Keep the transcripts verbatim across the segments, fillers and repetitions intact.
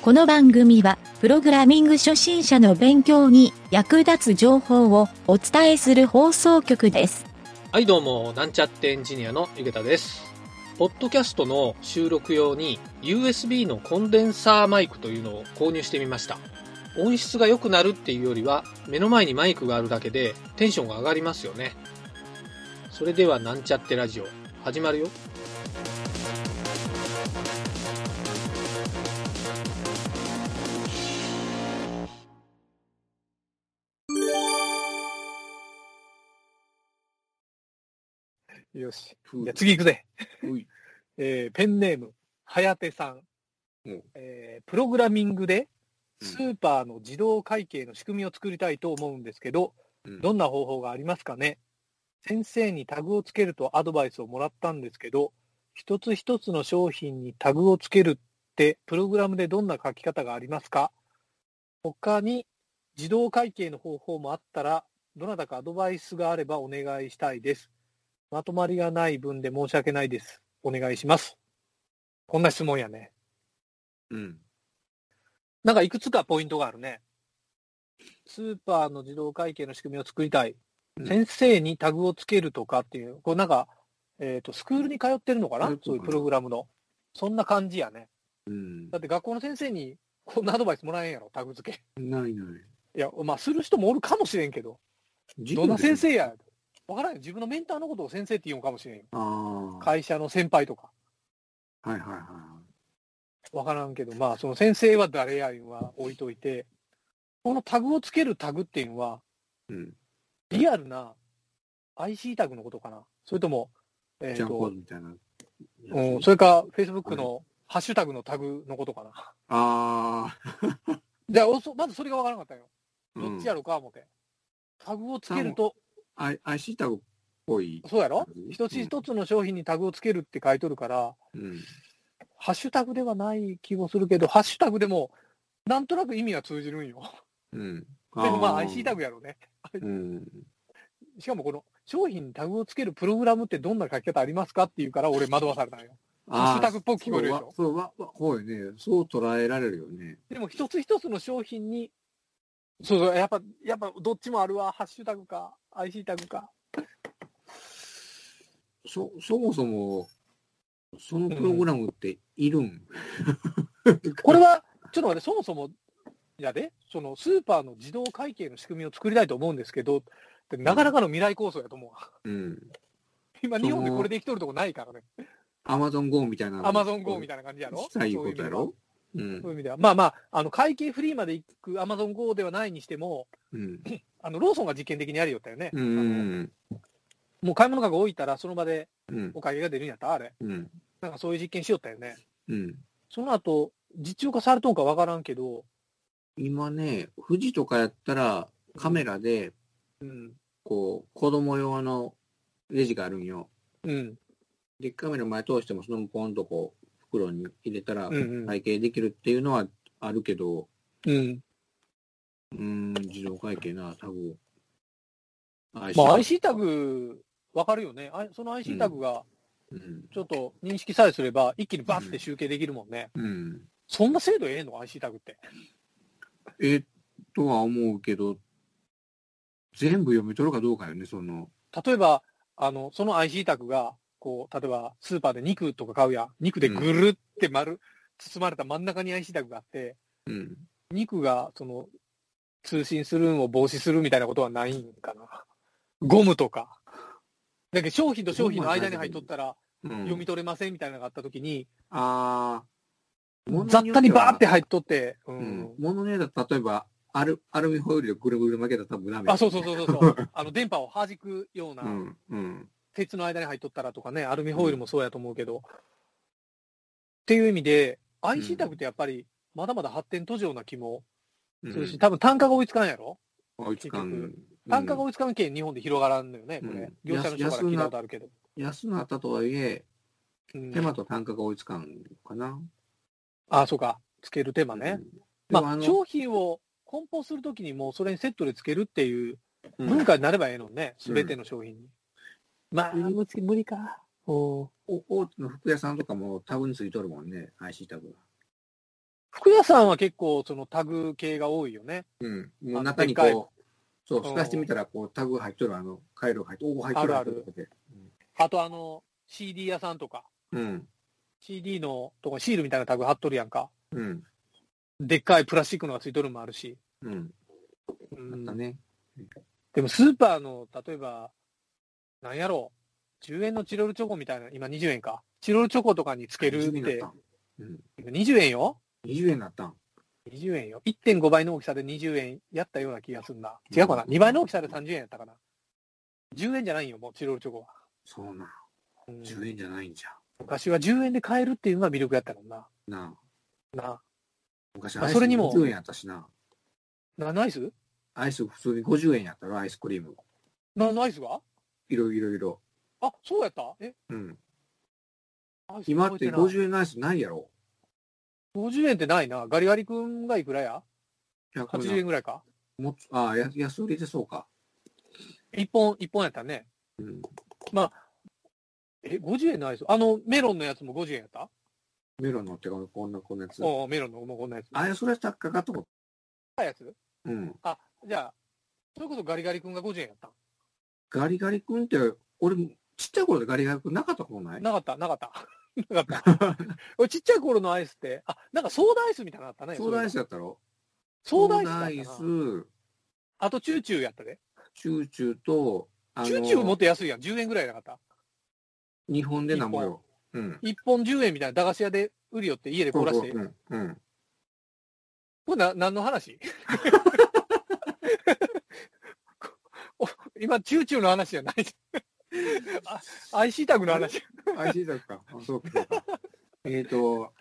この番組は、プログラミング初心者の勉強に役立つ情報をお伝えする放送局です。 はいどうも、なんちゃってエンジニアのゆげたです。ポッドキャストの収録用に ユーエスビー のコンデンサーマイクというのを購入してみました。音質が良くなるっていうよりは、目の前にマイクがあるだけでテンションが上がりますよね。それではなんちゃってラジオ、始まるよ。 よし。じゃあ次行くぜ。 ういえーペンネーム、はやてさん、 うんえープログラミングでスーパーの自動会計の仕組みを作りたいと思うんですけど、 うんどんな方法がありますかね。先生にタグをつけるとアドバイスをもらったんですけど、一つ一つの商品にタグをつけるってプログラムでどんな書き方がありますか。他に自動会計の方法もあったら、どなたかアドバイスがあればお願いしたいです。まとまりがない分で申し訳ないです。お願いします。こんな質問やね。 うんなんかいくつかポイントがあるね。スーパーの自動会計の仕組みを作りたい。 うん先生にタグをつけるとかっていう、こうなんか、えっと、スクールに通ってるのかな、 通ってるかなそういうプログラムの。そんな感じやね。 うんだって学校の先生にこんなアドバイスもらえんやろ、タグ付け。 ないない。 いや、まあ、する人もおるかもしれんけど、どんな先生や。わからんよ。自分のメンターのことを先生って言うのかもしれんよ。 ああ。 会社の先輩とか。 はいはいはわからんけど、まあ、その先生は誰やいうのは置いといて、このタグをつけるタグっていうのは、 い。うん。 リアルな アイシー タグのことかな。それとも、えっ、 ジャンコーとド、みたいな。 うん、それか Facebook のハッシュタグのタグのことかな。 ああ。 じゃあ、おそまずそれがわからなかったよ。 うんどっちやろうか思って。タグをつけると、 アイアイシータグっぽい。 そうやろうん一つ一つの商品にタグをつけるって書いとるから、 うん。 ハッシュタグではない気もするけど、ハッシュタグでも、なんとなく意味は通じるんよ。 うん。 でもまあーアイシー タグやろうね。 うん。 しかもこの商品にタグをつけるプログラムってどんな書き方ありますかっていうから俺惑わされたんよ。ハッシュタグっぽく聞こえるでしょ。 そう、わ、そう、わ、わ、こうよね。そう捉えられるよね。 でも一つ一つの商品に、そうそう、やっぱ、やっぱどっちもあるわ。ハッシュタグか、アイシー タグか。 そ、そもそも、そのプログラムっているん、 これは、ちょっと待って、そもそも、やで、そのスーパーの自動会計の仕組みを作りたいと思うんですけど、なかなかの未来構想やと思うわ。 うん。 今、日本でこれできとるとこないからね。 アマゾン ゴー みたいな。 アマゾン ゴー みたいな感じやろ。 したいことやろ。うんそういう意味では。まあまあ、あの会計フリーまで行く アマゾン ゴー ではないにしても、 うん。 あのローソンが実験的にやりよったよね。 うんうんあのもう買い物かご置いたら、その場でうん。 お会計が出るんやったあれ。 うん。 なんかそういう実験しよったよね。 うん。 その後、実用化されとんかわからんけど、 今ね、富士とかやったらカメラで、 うん。 こう、子供用のレジがあるんよ。 うん。 で、カメラ前通してもそのポンとこう、袋に入れたらうんうん会計できるっていうのはあるけど、 うん。 うーん、自動会計な、多分。 まあ アイシー タグ、わかるよね。あその アイシー タグがうん。 ちょっと認識さえすれば、一気にバッて集計できるもんね。 うん。 そんな精度ええの ?アイシー タグって。 えっとは思うけど、全部読み取るかどうかよね、その。 例えば、あの、その アイシー タグが、こう、例えばスーパーで肉とか買うやん。肉でぐるって丸、包まれた真ん中に アイシー タグがあって、 うん。 肉が、その、通信するのを防止するみたいなことはないんかな。ゴムとか。だけど商品と商品の間に入っとったら、 うん、 読み取れませんみたいなのがあったときに、 あー雑多にバーって入っとって、ううんん。物によっては例えば、アル、アルミホイルでぐるぐる巻けたら多分ダメ。 あ、そうそうそうそうそう。あの、電波を弾くような、 うん。うん。 鉄の間に入っとったらとかね、アルミホイルもそうやと思うけど、っていう意味で、アイシー タグってやっぱり、まだまだ発展途上な気もするし、多分単価が追いつかんやろ。 追いつかん。 単価が追いつかんけん日本で広がらんのよね、これ。 うん業者の人から聞いたことあるけど。 安なったとはいえ、 うん手間と単価が追いつかんかな。 あ、そうか。つける手間ね。 うんまあ、 でもあの商品を梱包するときにもうそれにセットでつけるっていううん文化になればええのね、すうんべての商品に。まあ、無理無理か。おお大手の服屋さんとかもタグについとるもんね、アイシー タグが。 服屋さんは結構そのタグ系が多いよね。 うん。もう中にでっかいこう、そう、透かしてみたら、こう、タグ入っとる、あの、回路が入っとる、おお、入っとる、 あるある入っとるって。 あとあの、シーディー 屋さんとか、 うん。 シーディー のとこにシールみたいなタグ貼っとるやんか。 うん。 でっかいプラスチックのがついとるのもあるし。 うん。 うあんったね。 でもスーパーの、例えば、なんやろう、じゅうえんのチロルチョコみたいな、今にじゅうえんか。チロルチョコとかにつける 20 っ円だってた。。うん。 今にじゅうえんよ。 にじゅうえんだったん。 にじゅうえんよ。いってんごばいの大きさでにじゅうえんやったような気がするな。違うかな、 うんに 倍の大きさでさんじゅうえんやったかな。じゅうえんじゃないよ、もうチロルチョコは。 そうな。 うんじゅうえんじゃないんじゃ昔はじゅうえんで買えるっていうのが魅力やったもんな。 ん。なあ。 な昔、 まあアイスそれにもごじゅうえんやったしな。 な、ナイスアイス普通にごじゅうえんやったろ、アイスクリーム。 な、ナイスがいろいろいろ。 あ、そうやったえうん。 ナイス今って覚えてないごじゅうえんのアイスないやろ。 ごじゅうえんってないな。ガリガリ君がいくらやいや、これ ?はちじゅう 円ぐらいか。 もっああ、や安売りでそうか。 一本、一本やったね。 うん。 え、ごじゅうえんのアイスあの、メロンのやつもごじゅうえんやったメロンのってか、こんな、こんなやつ。 おうメロンのもうこんなやつ。 あれ、それ高かったこやつと。うん。 あ、じゃあ、それこそガリガリ君がごじゅうえんやったガリガリ君って、俺、ちっちゃい頃でガリガリ君なかったことないなかった、なかった。なかった。俺ちっちゃい頃のアイスって、あ、なんかソーダアイスみたいなのあったね。 ソーダアイスそういえばやったろソーダアイスだソーダアイったな。 ス、 あとチューチューやったで。 チューチューと、あチューチューもっの、 と安いやん。じゅうえんぐらいなかった。 日本でなんぼよ。うん。 いっぽんじゅうえんみたいな駄菓子屋で売りよって家で凍らして。 そうそううん。うん。 これな、何の話お今、チューチューの話じゃない。あ アイシー タグの話。 アイシー だか。あ、そうか、そうか。えっと、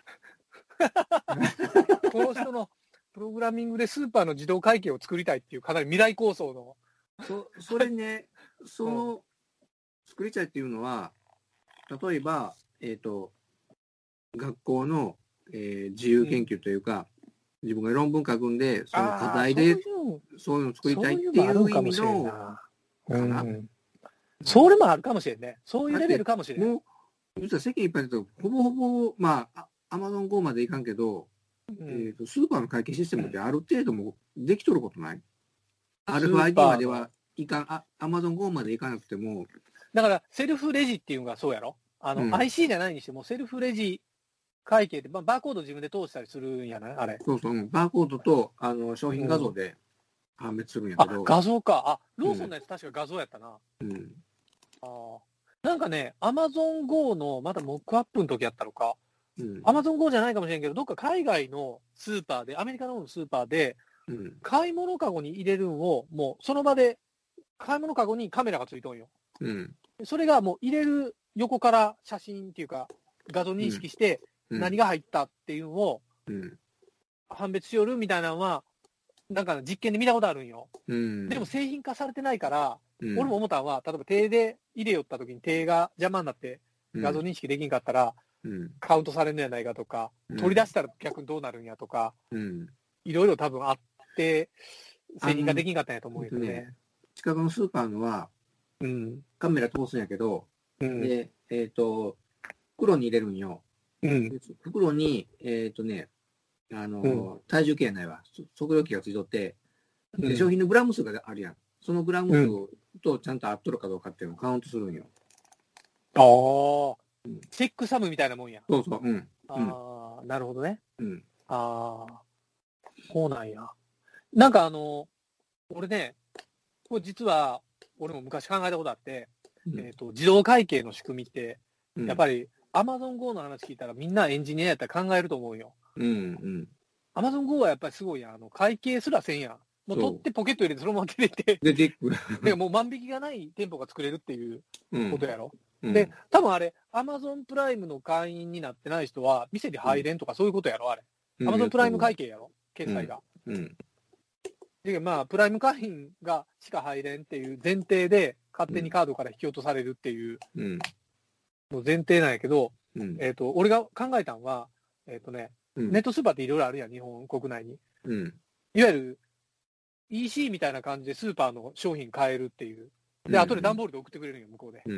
この人のプログラミングでスーパーの自動会計を作りたいっていうかなり未来構想の。 そ、それね、その、作りたいっていうのは、例えば、えっと、学校の、えー自由研究というか、自分が論文書くんで、その課題であーそういうそういうのを作りたいってそういうのあいう意味るかもしれんの、 な。 かうな。 ん。それもあるかもしれんね。そういうレベルかもしれん。 もう、実は世間一般で言うと、ほぼほぼ、まあ、アマゾン ゴー までいかんけど、 うんえっと、スーパーの会計システムってある程度もうできとることない、 スーパーアールエフアイディーのまではいかん、あ、アマゾン ゴー までいかなくても、 だから、セルフレジっていうのがそうやろあの、 うんアイシー じゃないにしても、セルフレジ会計で、まあ、バーコード自分で通したりするんやないあれ。 そうそう、うんバーコードとあの商品画像で判別するんやけあ、 ど、 画像か。あ、ローソンのやつ確か画像やったな。 うん、 あーなんかね、アマゾン ゴー のまだモックアップの時やったのか、 うん、 アマゾン ゴー じゃないかもしれんけど、どっか海外のスーパーで、アメリカの方のスーパーで、 うん、 買い物カゴに入れるんを、もうその場で、買い物カゴにカメラがついとんよ。 うん、 それがもう入れる横から写真っていうか、画像認識して、 うん、 何が入ったっていうのをうん、 判別しよるみたいなのは、なんか実験で見たことあるんよ。 うん、 でも製品化されてないから、 うん、 俺も思ったのは、例えば手で入れよった時に手が邪魔になって画像認識できんかったら、 うん、 カウントされるんじゃないかとか、 うん取り出したら逆にどうなるんやとか、 うん、 いろいろ多分あって、製品化できんかったんやと思うけどね。 ね、近くのスーパーのはうん。 カメラ通すんやけど、 うん。 で、えっ、と、袋に入れるんよ。 うん。 で袋に、えっ、とね、あの、 うん体重計やないわ。そ測量器がついとって、 うんで商品のグラム数があるやん。そのグラム数とちゃんと合っとるかどうかっていうのをカウントするんよ。 ああ、チェックサムみたいなもんや。 そうそう。うん。 ああ、なるほどね。 うん。 ああ、そうなんや。なんかあの、俺ね、これ実は、俺も昔考えたことあって、 うんえっ、と、自動会計の仕組みって、 うんやっぱり Amazon Go の話聞いたらみんなエンジニアやったら考えると思うよ。 うん。うん。 Amazon Go はやっぱりすごいやん。あの、会計すらせんやん。もうそう取ってポケット入れてそのまま出てて、 で、で、うん。 でもう万引きがない店舗が作れるっていうことやろ。 うんで、多分あれ、Amazon プライムの会員になってない人は、店で入れんとかそういうことやろ、あれ。Amazon プライム会計やろ、決済が。 うん。 で、まあ、プライム会員がしか入れんっていう前提で、勝手にカードから引き落とされるっていううん。 の前提なんやけど、 うん。 えっ、と、俺が考えたんは、えっ、とね、 うん。 ネットスーパーっていろいろあるやん、日本国内に。 うん。 いわゆる イーシー みたいな感じでスーパーの商品買えるっていう。で、後で段ボールで送ってくれるんよ、向こうで。 うん。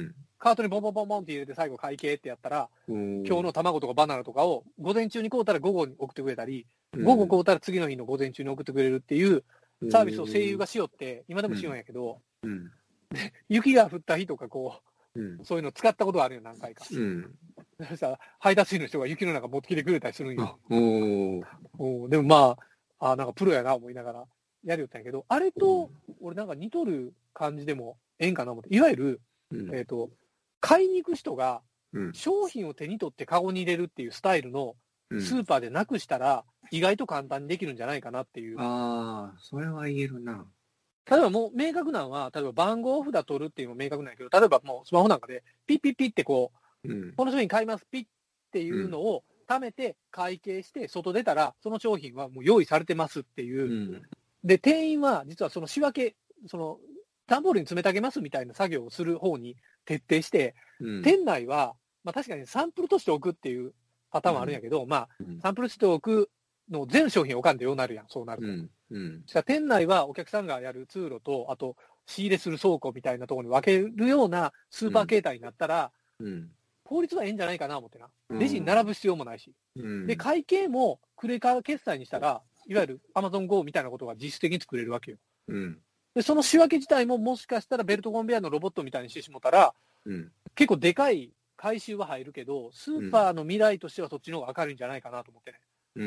カートにボンボンボンボンって入れて最後会計ってやったら、 今今日の卵とかバナナとかを午前中に買うたら午後に送ってくれたり、午後買うたら次の日の午前中に送ってくれるっていうサービスを声優がしよって、今でもしようんやけど、 うん、 雪が降った日とかこう、 うん、 そういうの使ったことがあるよ、何回か。 うん。 そしたら配達員の人が雪の中持ってきてくれたりするんよ。 おーおでもまあ、あなんかプロやな思いながらやりよったんやけど、あれと俺なんか似とる感じでもええんかな思って、いわゆる、 うん、 えっと、買いに行く人がうん、 商品を手に取ってカゴに入れるっていうスタイルのうん。 スーパーでなくしたら、意外と簡単にできるんじゃないかなっていう。 ああ、それは言えるな。 例えばもう明確なのは、例えば番号札取るっていうのも明確なんやけど、例えばもうスマホなんかで、ピッピッピッってこう、 うん、 この商品買います、ピッっていうのを貯めて会計して、外出たら、その商品はもう用意されてますっていう。 うん、 で、店員は実はその仕分け、その、段ボールに詰めてあげますみたいな作業をする方に徹底して、 うん、 店内は、まあ確かにサンプルとして置くっていうパターンもあるんやけど、まあ、 うん、 サンプルとして置くの全商品置かんでようなるやん、そうなると。 うん、うん、 じゃあ店内はお客さんがやる通路と、あと仕入れする倉庫みたいなところに分けるようなスーパー形態になったら、 うん、 効率はええんじゃないかな思ってな。 うんレジに並ぶ必要もないし。 うん。 で、会計もクレカ決済にしたら、いわゆる Amazon Go みたいなことが実質的に作れるわけよ。 うん、 で、その仕分け自体ももしかしたらベルトコンベヤーのロボットみたいにしてしもたら、 うん、 結構でかい回収は入るけど、スーパーの未来としてはそっちの方が明るいんじゃないかなと思ってね。 うん。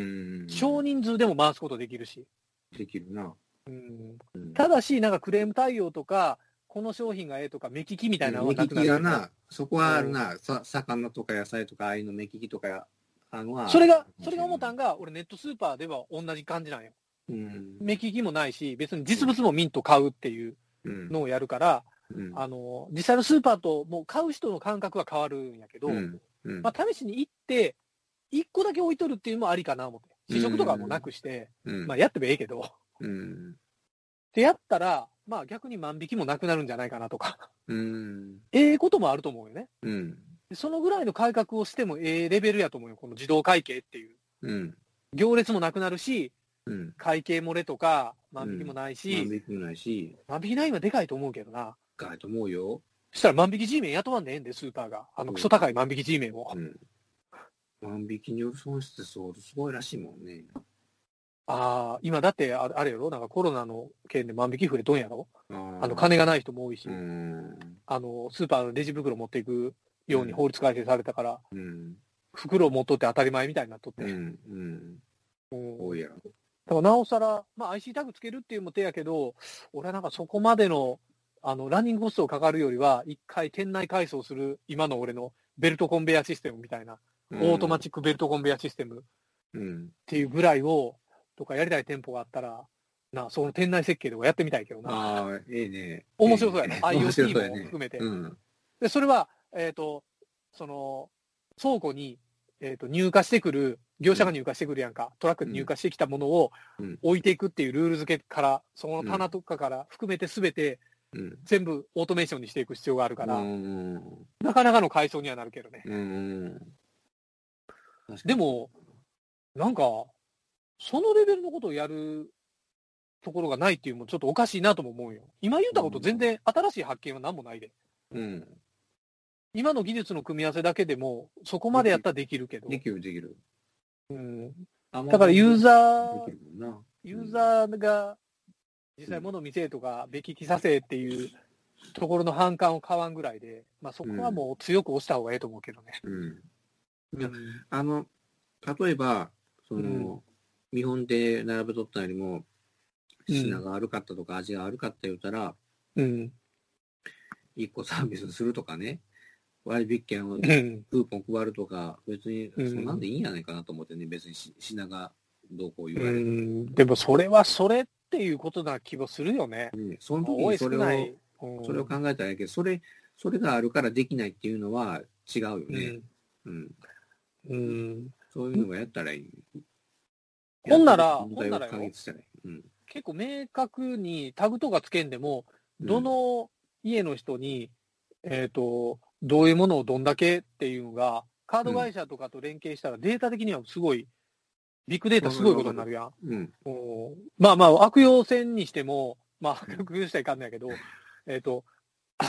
少人数でも回すことできるし。 できるな。 うんうんただし、なんかクレーム対応とか、この商品がええとか、目利きみたいなのは目利なくなるけどきがな、そこはあるな、さ魚とか野菜とか、ああいうの目利きとか、あのは。 それが、それが思ったんが、俺ネットスーパーでは同じ感じなんよ。 うん、 目利きもないし、別に実物もミント買うっていううん、 のをやるから、 うん、 あの、実際のスーパーともう買う人の感覚は変わるんやけど、 うん、うん、 まあ試しに行って、一個だけ置いとるっていうのもありかな思って。試食とかもなくして、 うん、 まあやってもええけど、 うん、 ってやったら、まあ逆に万引きもなくなるんじゃないかなとか、 うん、 ええこともあると思うよね。 うん、 でそのぐらいの改革をしてもええレベルやと思うよ、この自動会計っていう。 うん、 行列もなくなるし、 うん。 会計漏れとか万引きもないし、 万引きもないし、 万引きないはでかいと思うけどな。 かいと思うよ。 そしたら万引き G メン雇わんでええんで、スーパーが。あの、クソ高い万引き G メンを。 うん。万引きによる損失ってそうすごいらしいもんね。 ああ、今だってああれやろなんかコロナの件で万引き増えとんやろああの、金がない人も多いし、 うん。 あの、スーパーのレジ袋持っていくように法律改正されたから、 うん。 袋を持っとって当たり前みたいになっとって。 うん。うん。 うん多いやろ。 だからなおさら、まあ、アイシー タグつけるっていうのも手やけど、俺はなんかそこまでの、あの、ランニングコストかかるよりは、一回店内改装する、今の俺のベルトコンベヤーシステムみたいな、オートマチックベルトコンベヤーシステムっうん。 ていうぐらいを、とかやりたい店舗があったら、な、その店内設計とかやってみたいけどな。 ああ、ええね。 面白そうやね。 面白 IoT そうやねも含めて。 うん。 で、それは、えっ、と、その、倉庫に、えっ、と、入荷してくる、業者が入荷してくるやんか、トラックで入荷してきたものをうん置いていくっていうルール付けから、その棚とかから含めてすべてうん。 全部オートメーションにしていく必要があるから、 うん。 なかなかの改装にはなるけどね。 うん。 で、も、なんか、そのレベルのことをやるところがないっていうのもちょっとおかしいなとも思うよ。今言ったこと全然新しい発見は何もないで。 うん。 今の技術の組み合わせだけでも、そこまでやったらできるけど。 できる、できる。 うん、 だだからユーザー、 できるもんな。 ユーザーが実際物見せとか、べききさせっていうところの反感を買わんぐらいで、まあそこはもう強く押した方がいいと思うけどね。 うん。 うんあの、例えば、その、 うん見本で並べとったよりも、品が悪かったとか味が悪かった言うたら、 うん。 一個サービスするとかね、割引券をうん。 クーポン配るとか、別にうんそんなんでいいんやないかなと思ってね、別にし品がどうこう言うわれる。 ん。でもそれはそれっていうことな気もするよね。 うん、その時多い少にそれを、 ない。うんそれを考えたらいいけど、それ、それがあるからできないっていうのは違うよね。 うん。 うん。 うん。 そういうのがやったらいい。 ほんなら問題をほんならよ解決したらいい。うん。 結構明確にタグとかつけんでも、どの家の人に、えっと、どういうものをどんだけっていうのが、カード会社とかと連携したらデータ的にはすごい、ビッグデータすごいことになるやん。 うん。 うんまあまあ、悪用せんにしても、まあ、悪用したらいかんのやけど、えっと、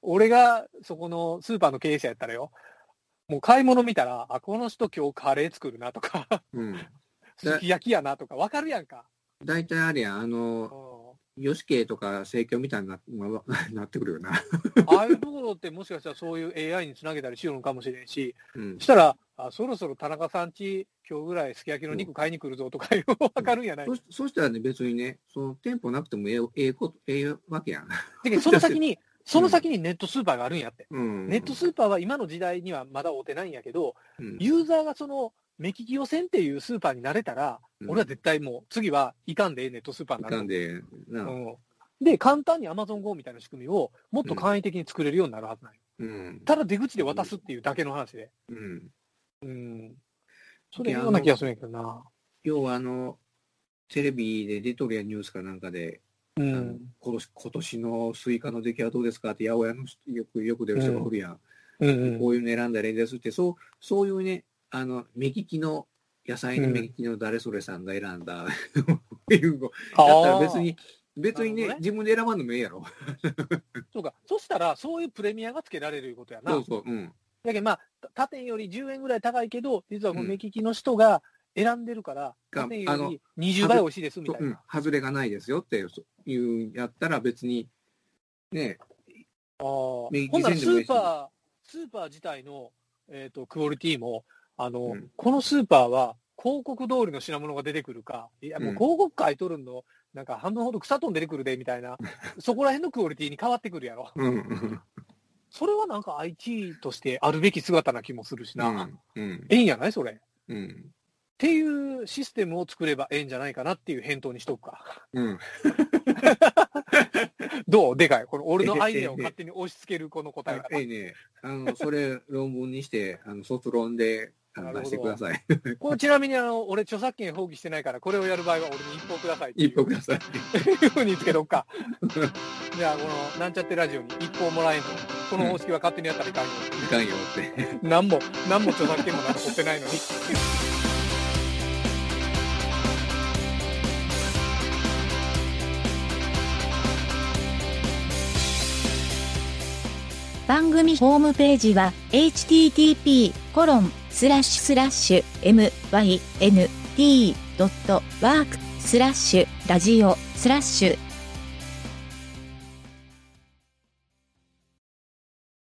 俺がそこのスーパーの経営者やったらよ、もう買い物見たら、あ、この人今日カレー作るなとか、 うん。 すき焼きやなとか、わかるやんか。 大体あれや、あの、ヨシケとか生協みたいに な, なってくるよな。 ああいうところってもしかしたらそういう エーアイ につなげたりしようのかもしれんし、 うん、 そしたら、あ、そろそろ田中さんち、今日ぐらいすき焼きの肉買いに来るぞとかいう、わかるんやない、 うん、そ, そしたらね、別にね、その店舗なくてもええ、ええこと、ええわけやん。 だけど、その先に、その先にネットスーパーがあるんやって、 うん。 ネットスーパーは今の時代にはまだ合うてないんやけど、 うん、 ユーザーがその、目利き予選っていうスーパーになれたら、うん、俺は絶対もう、次はいかんでネットスーパーになる。 いかんで、な、 うん。で、簡単に Amazon Go みたいな仕組みをもっと簡易的に作れるようになるはずなんよ。うん、ただ出口で渡すっていうだけの話で。うん。うん。それような気がするんやけどな。 要はあの、テレビで出とるやニュースかなんかで、うん、今年今年のスイカの出来はどうですかって、八百屋の人よくよく出る人がおるやん。うんうんうん、こういうの選んだらいいんですって、そう、そういうね、あの、目利きの、野菜の目利きの誰それさんが選んだ、うん、いうのだったら別に、別にね、ね、自分で選ばんのもええやろ。 そうか。そしたら、そういうプレミアがつけられるいうことやな。 そうそう。うん。 だけど、まあ、他店よりじゅうえんぐらい高いけど、実はこの目利きの人が選んでるから、うん、他店よりにじゅうばい美味しいですみたいな。 うん。外れがないですよっていうやったら別に、ね、 ああ。ほんならスーパー、スーパー自体の、えっと、クオリティも、あの、うん、このスーパーは広告通りの品物が出てくるか、いや、もう広告書いとるの、なんか半分ほど草飛んでくるでみたいな、そこら辺のクオリティに変わってくるやろ。うん、それはなんか アイティー としてあるべき姿な気もするしな。うんうん、ええんやないそれ、うん。っていうシステムを作ればええんじゃないかなっていう返答にしとくか。うん、どうでかいこの俺のアイデアを勝手に押し付けるこの答え方。 ええね。あの、それ論文にして、あの卒論で、出してください。 これちなみにあの俺著作権放棄してないからこれをやる場合は俺に一報くださいっていう一報くださいいうふうにつけとくか。じゃあこのなんちゃってラジオに一報もらえんのこの方式は勝手にやったらいかんよ、 うん、いかんよって何も何も著作権も何も取ってないのに。 番組ホームページは エイチティーティーピーコロンスラッシュスラッシュエムワイエヌティードットワークスラッシュラジオスラッシュ